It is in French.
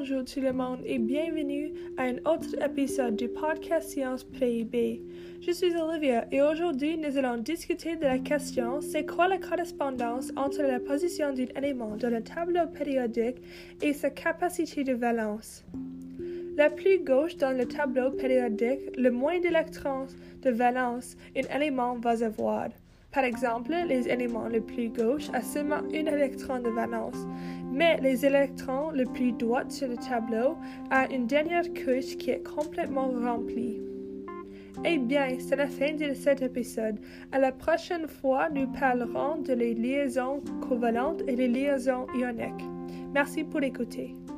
bonjour tout le monde et bienvenue à un autre épisode du podcast Sciences PIB. Je suis Olivia et aujourd'hui nous allons discuter de la question c'est quoi la correspondance entre la position d'un élément dans le tableau périodique et sa capacité de valence. La plus gauche dans le tableau périodique, le moins d'électrons de valence un élément va avoir. Par exemple, les éléments les plus gauches ont seulement un électron de valence, mais les électrons les plus droits sur le tableau ont une dernière couche qui est complètement remplie. Eh bien, c'est la fin de cet épisode. À la prochaine fois, nous parlerons de les liaisons covalentes et les liaisons ioniques. Merci pour écouter.